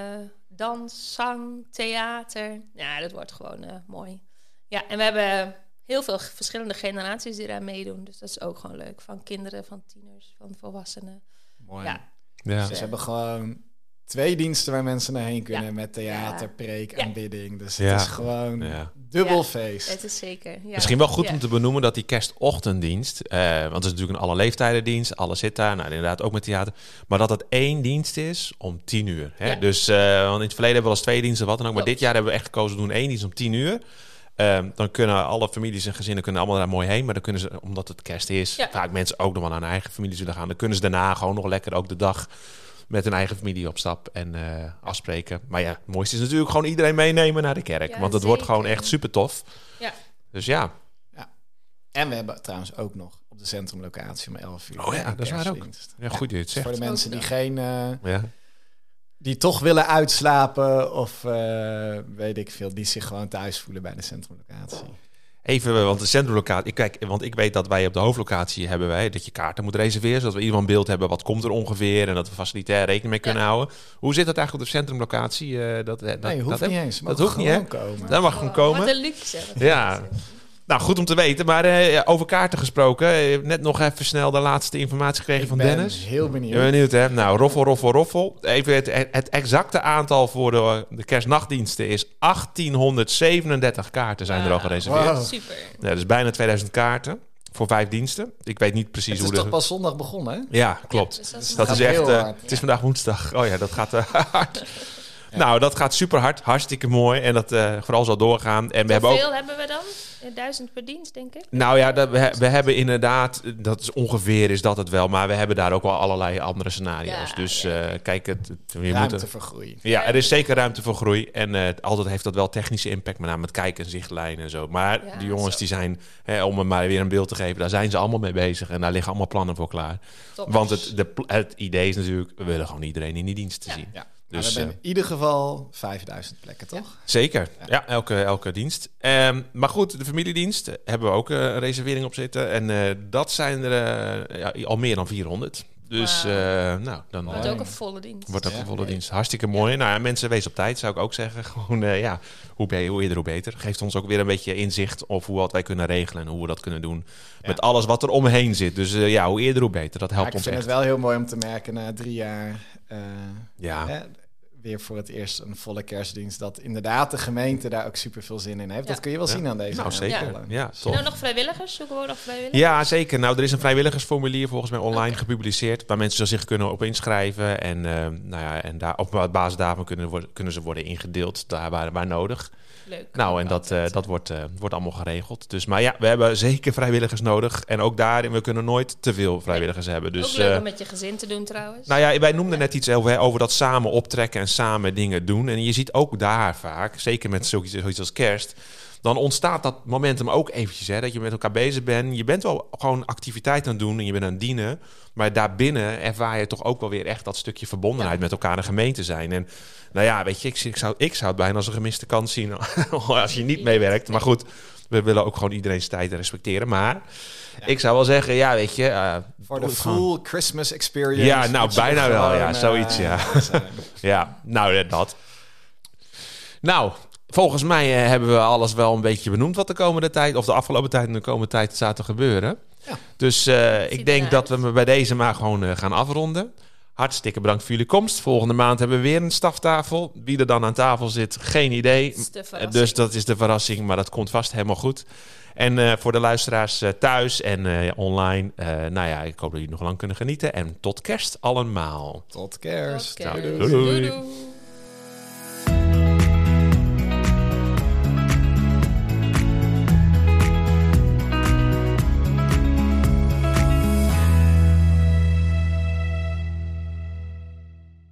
dans, zang, theater. Ja, dat wordt gewoon uh, mooi. Ja, en we hebben heel veel verschillende generaties die daar meedoen. Dus dat is ook gewoon leuk. Van kinderen, van tieners, van volwassenen. Mooi. Ja. ja. Dus ze hebben gewoon twee diensten waar mensen naar heen kunnen. Ja. Met theater, ja. preek en ja. bidding. Dus ja. het is gewoon ja. dubbel ja. feest. Het is zeker. Ja. Misschien wel goed ja. om te benoemen dat die kerstochtenddienst... Uh, want het is natuurlijk een alle leeftijdendienst. Alles zit daar. Nou, inderdaad ook met theater. Maar dat het één dienst is om tien uur. Hè? Ja. Dus uh, want in het verleden hebben we wel eens twee diensten, wat dan ook. Maar dit jaar hebben we echt gekozen, we doen één dienst om tien uur. Uh, dan kunnen alle families en gezinnen kunnen allemaal daar mooi heen. Maar dan kunnen ze, omdat het kerst is... Ja. vaak mensen ook nog wel naar hun eigen familie zullen gaan. Dan kunnen ze daarna gewoon nog lekker ook de dag... met een eigen familie op stap en uh, afspreken. Maar ja, het mooiste is natuurlijk gewoon iedereen meenemen naar de kerk. Ja, want het zeker. wordt gewoon echt super tof. Ja. Dus ja. ja. En we hebben trouwens ook nog op de centrumlocatie om elf uur. Oh ja, dat is waar ook. Ja, goed je het zegt. Voor de mensen die geen... Uh, ja. die toch willen uitslapen of uh, weet ik veel, die zich gewoon thuis voelen bij de centrumlocatie. Even, want de centrumlocatie, kijk, want ik weet dat wij op de hoofdlocatie hebben wij dat je kaarten moet reserveren, zodat we ieder een beeld hebben wat komt er ongeveer en dat we facilitair rekening mee kunnen ja. houden. Hoe zit dat eigenlijk op de centrumlocatie? Uh, dat, dat, nee, hoeft dat, niet eens. Dat hoeft niet, hè? Komen. Dat mag gewoon komen. Wat een luxe. Ja. Nou, goed om te weten. Maar uh, over kaarten gesproken. Uh, net nog even snel de laatste informatie gekregen ik van ben Dennis. heel benieuwd. Je bent benieuwd, hè? Nou, roffel, roffel, roffel. Even het, het exacte aantal voor de, de kerstnachtdiensten is achttienhonderdzevenendertig kaarten zijn wow. er al gereserveerd. Wow. Super. Ja, dus bijna tweeduizend kaarten voor vijf diensten. Ik weet niet precies het hoe... Het is de... toch pas zondag begonnen, hè? Ja, klopt. Ja, dus dat is, dat is echt... Uh, het is vandaag woensdag. Oh ja, dat gaat uh, hard. Ja. Nou, dat gaat super hard. Hartstikke mooi. En dat uh, vooral zal doorgaan. En we hebben Hoeveel ook... hebben we dan? Duizend per dienst, denk ik? Nou ja, dat, we, we hebben inderdaad... Dat is ongeveer is dat het wel. Maar we hebben daar ook wel allerlei andere scenario's. Ja, dus ja. Uh, kijk... Het, het, je ruimte moet, voor groei. Ja, er is zeker ruimte voor groei. En uh, altijd heeft dat wel technische impact. Met name met kijken en zichtlijnen en zo. Maar ja, die jongens zo. die zijn... Hè, om er maar weer een beeld te geven... Daar zijn ze allemaal mee bezig. En daar liggen allemaal plannen voor klaar. Top. Want het, de, het idee is natuurlijk... We willen gewoon iedereen in die dienst te ja. zien. Ja. Dus, nou, we hebben in ieder geval vijfduizend plekken, toch? Ja. Zeker, ja, ja elke, elke dienst. Um, maar goed, de familiedienst hebben we ook uh, een reservering op zitten. En uh, dat zijn er uh, ja, al meer dan vierhonderd. Dus wow. uh, nou, dan wordt uh, ook een volle dienst. Wordt ook ja. een volle dienst. Hartstikke mooi. Ja. Nou ja, mensen, wees op tijd, zou ik ook zeggen. Gewoon, uh, ja, hoe, be- hoe eerder, hoe beter. Geeft ons ook weer een beetje inzicht op hoe wat wij kunnen regelen en hoe we dat kunnen doen. Ja. Met alles wat er omheen zit. Dus uh, ja, hoe eerder, hoe beter. Dat helpt ja, ons echt. Ik vind het wel heel mooi om te merken na drie jaar... Uh, ja. Hè, weer voor het eerst een volle kerstdienst... dat inderdaad de gemeente daar ook super veel zin in heeft. Ja. Dat kun je wel ja. zien aan deze. Nou, zeker. Ja. Ja, en nou nog vrijwilligers? Zoeken we ook nog vrijwilligers? Ja, zeker. Nou, er is een vrijwilligersformulier volgens mij online okay. gepubliceerd... waar mensen zich kunnen op inschrijven. En, uh, nou ja, en daar, op basis daarvan kunnen, worden, kunnen ze worden ingedeeld daar waar, waar nodig. Leuk. Nou, en dat, uh, dat wordt, uh, wordt allemaal geregeld. Dus, maar ja, we hebben zeker vrijwilligers nodig. En ook daarin, we kunnen nooit te veel vrijwilligers nee. hebben. Dus, ook leuk uh, om met je gezin te doen trouwens. Nou ja, wij noemden ja. net iets over, over dat samen optrekken en samen dingen doen. En je ziet ook daar vaak, zeker met zoiets, zoiets als kerst... dan ontstaat dat momentum ook eventjes, hè, dat je met elkaar bezig bent. Je bent wel gewoon activiteit aan het doen en je bent aan het dienen. Maar daarbinnen ervaar je toch ook wel weer echt dat stukje verbondenheid ja. met elkaar een gemeente zijn. En nou ja, weet je, ik, ik, zou, ik zou het bijna als een gemiste kans zien als je niet meewerkt. Maar goed, we willen ook gewoon iedereen's tijd respecteren. Maar ja. ik zou wel zeggen, ja, weet je... Uh, voor de full gewoon... Christmas experience. Ja, nou, bijna wel, ja, zoiets, uh, ja. ja. ja, nou, dat. Nou... Volgens mij uh, hebben we alles wel een beetje benoemd wat de komende tijd... of de afgelopen tijd en de komende tijd staat te gebeuren. Ja. Dus uh, ik denk dat we bij deze maar gewoon uh, gaan afronden. Hartstikke bedankt voor jullie komst. Volgende maand hebben we weer een staftafel. Wie er dan aan tafel zit, geen idee. Dat dus dat is de verrassing, maar dat komt vast helemaal goed. En uh, voor de luisteraars uh, thuis en uh, online... Uh, nou ja, ik hoop dat jullie nog lang kunnen genieten. En tot kerst allemaal. Tot kerst. Tot kerst. Nou, doei. Doei, doei.